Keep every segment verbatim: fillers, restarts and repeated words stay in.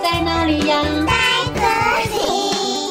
在哪里呀？ 在这里。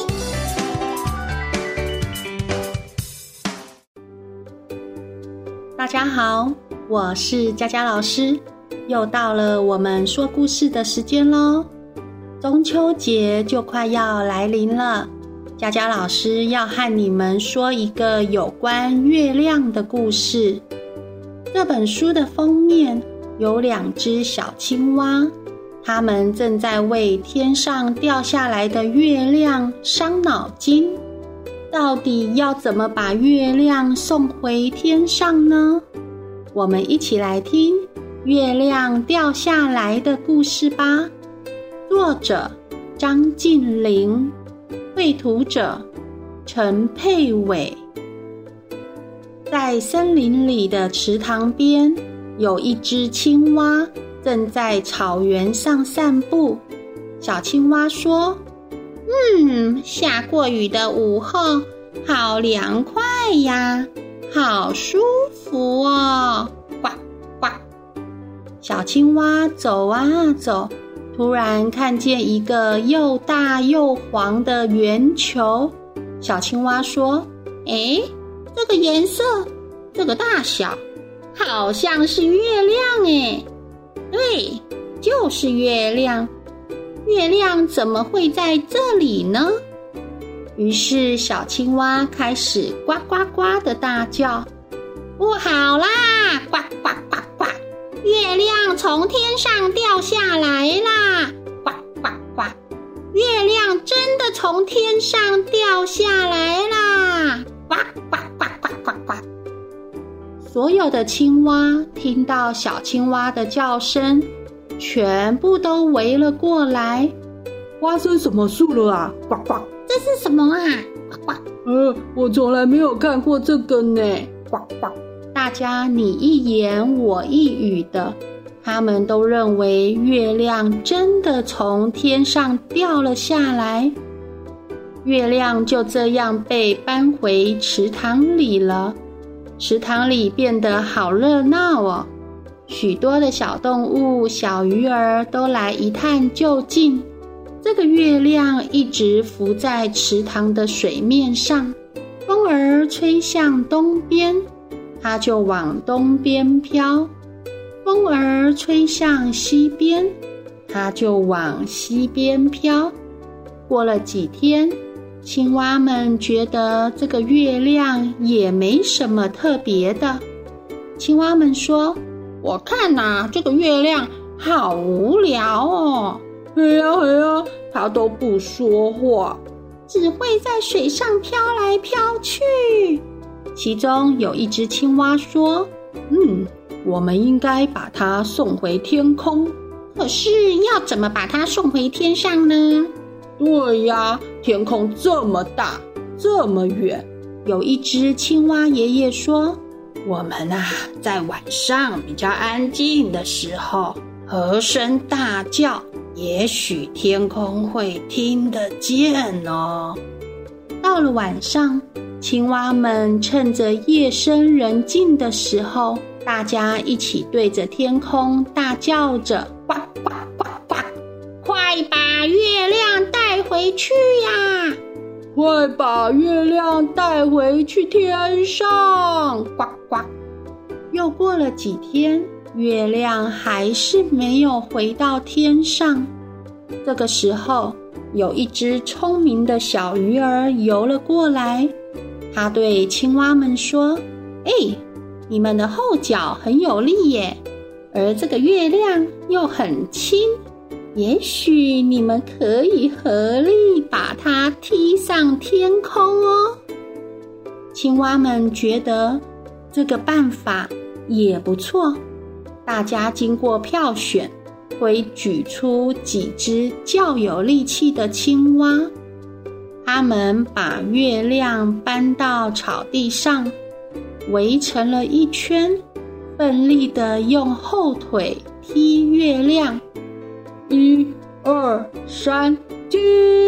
大家好，我是佳佳老师，又到了我们说故事的时间咯。中秋节就快要来临了，佳佳老师要和你们说一个有关月亮的故事。这本书的封面有两只小青蛙，它们正在为天上掉下来的月亮伤脑筋。到底要怎么把月亮送回天上呢？我们一起来听《月亮掉下来的故事》吧。作者张晋霖，绘图者陈佩伟。在森林里的池塘边，有一只青蛙正在草原上散步。小青蛙说：嗯，下过雨的午后，好凉快呀，好舒服哦！呱呱。小青蛙走啊走，突然看见一个又大又黄的圆球。小青蛙说：诶，这个颜色，这个大小，好像是月亮诶。对，就是月亮。月亮怎么会在这里呢？于是小青蛙开始呱呱呱的大叫：不好啦，呱呱呱呱，月亮从天上掉下来啦，呱呱呱，月亮真的从天上掉下来啦，呱呱呱呱呱呱。所有的青蛙听到小青蛙的叫声，全部都围了过来。 发生什么事了啊？呱呱！ 这是什么啊？呱呱！ 呃，我从来没有看过这个呢。呱呱！ 大家你一言我一语的，他们都认为月亮真的从天上掉了下来。月亮就这样被搬回池塘里了。池塘里变得好热闹哦，许多的小动物、小鱼儿都来一探究竟。这个月亮一直浮在池塘的水面上，风儿吹向东边，它就往东边飘；风儿吹向西边，它就往西边飘。过了几天，青蛙们觉得这个月亮也没什么特别的。青蛙们说：我看啊，这个月亮好无聊哦。 嘿呀嘿呀，它都不说话， 只会在水上飘来飘去。其中有一只青蛙说： 嗯，我们应该把它送回天空。 可是要怎么把它送回天上呢？ 对呀，天空这么大，这么远。 有一只青蛙爷爷说： 我们啊，在晚上比较安静的时候，和声大叫，也许天空会听得见哦。 到了晚上，青蛙们趁着夜深人静的时候，大家一起对着天空大叫着：呱呱呱呱，快把月亮带回去呀！ 快把月亮带回去天上！ 呱呱。又过了几天，月亮还是没有回到天上。这个时候，有一只聪明的小鱼儿游了过来，它对青蛙们说：哎，你们的后脚很有力耶，而这个月亮又很轻，也许你们可以合力把它踢上天空哦。青蛙们觉得这个办法也不错，大家经过票选，会举出几只较有力气的青蛙。他们把月亮搬到草地上，围成了一圈，奋力地用后腿踢月亮。 一二三，踢！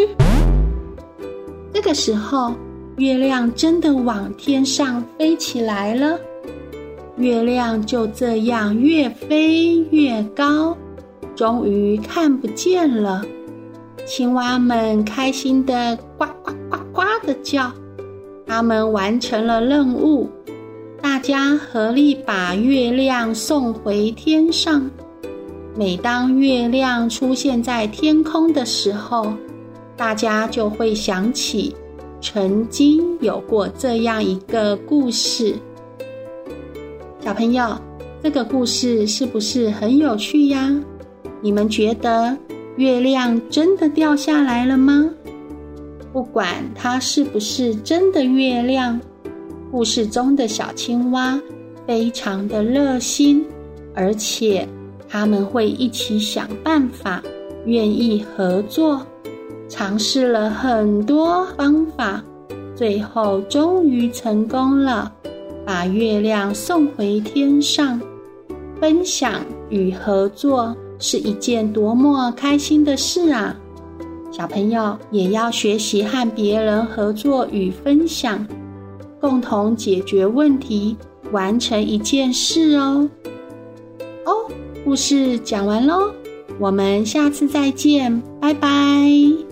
这个时候，月亮真的往天上飞起来了。月亮就这样越飞越高，终于看不见了。 青蛙们开心地呱呱呱呱地叫。他们完成了任务，大家合力把月亮送回天上。每当月亮出现在天空的时候，大家就会想起曾经有过这样一个故事。小朋友，这个故事是不是很有趣呀？你们觉得月亮真的掉下来了吗？不管它是不是真的月亮，故事中的小青蛙非常的热心，而且他们会一起想办法，愿意合作，尝试了很多方法，最后终于成功了，把月亮送回天上。分享与合作是一件多么开心的事啊！小朋友也要学习和别人合作与分享，共同解决问题，完成一件事哦。哦，故事讲完咯，我们下次再见，拜拜。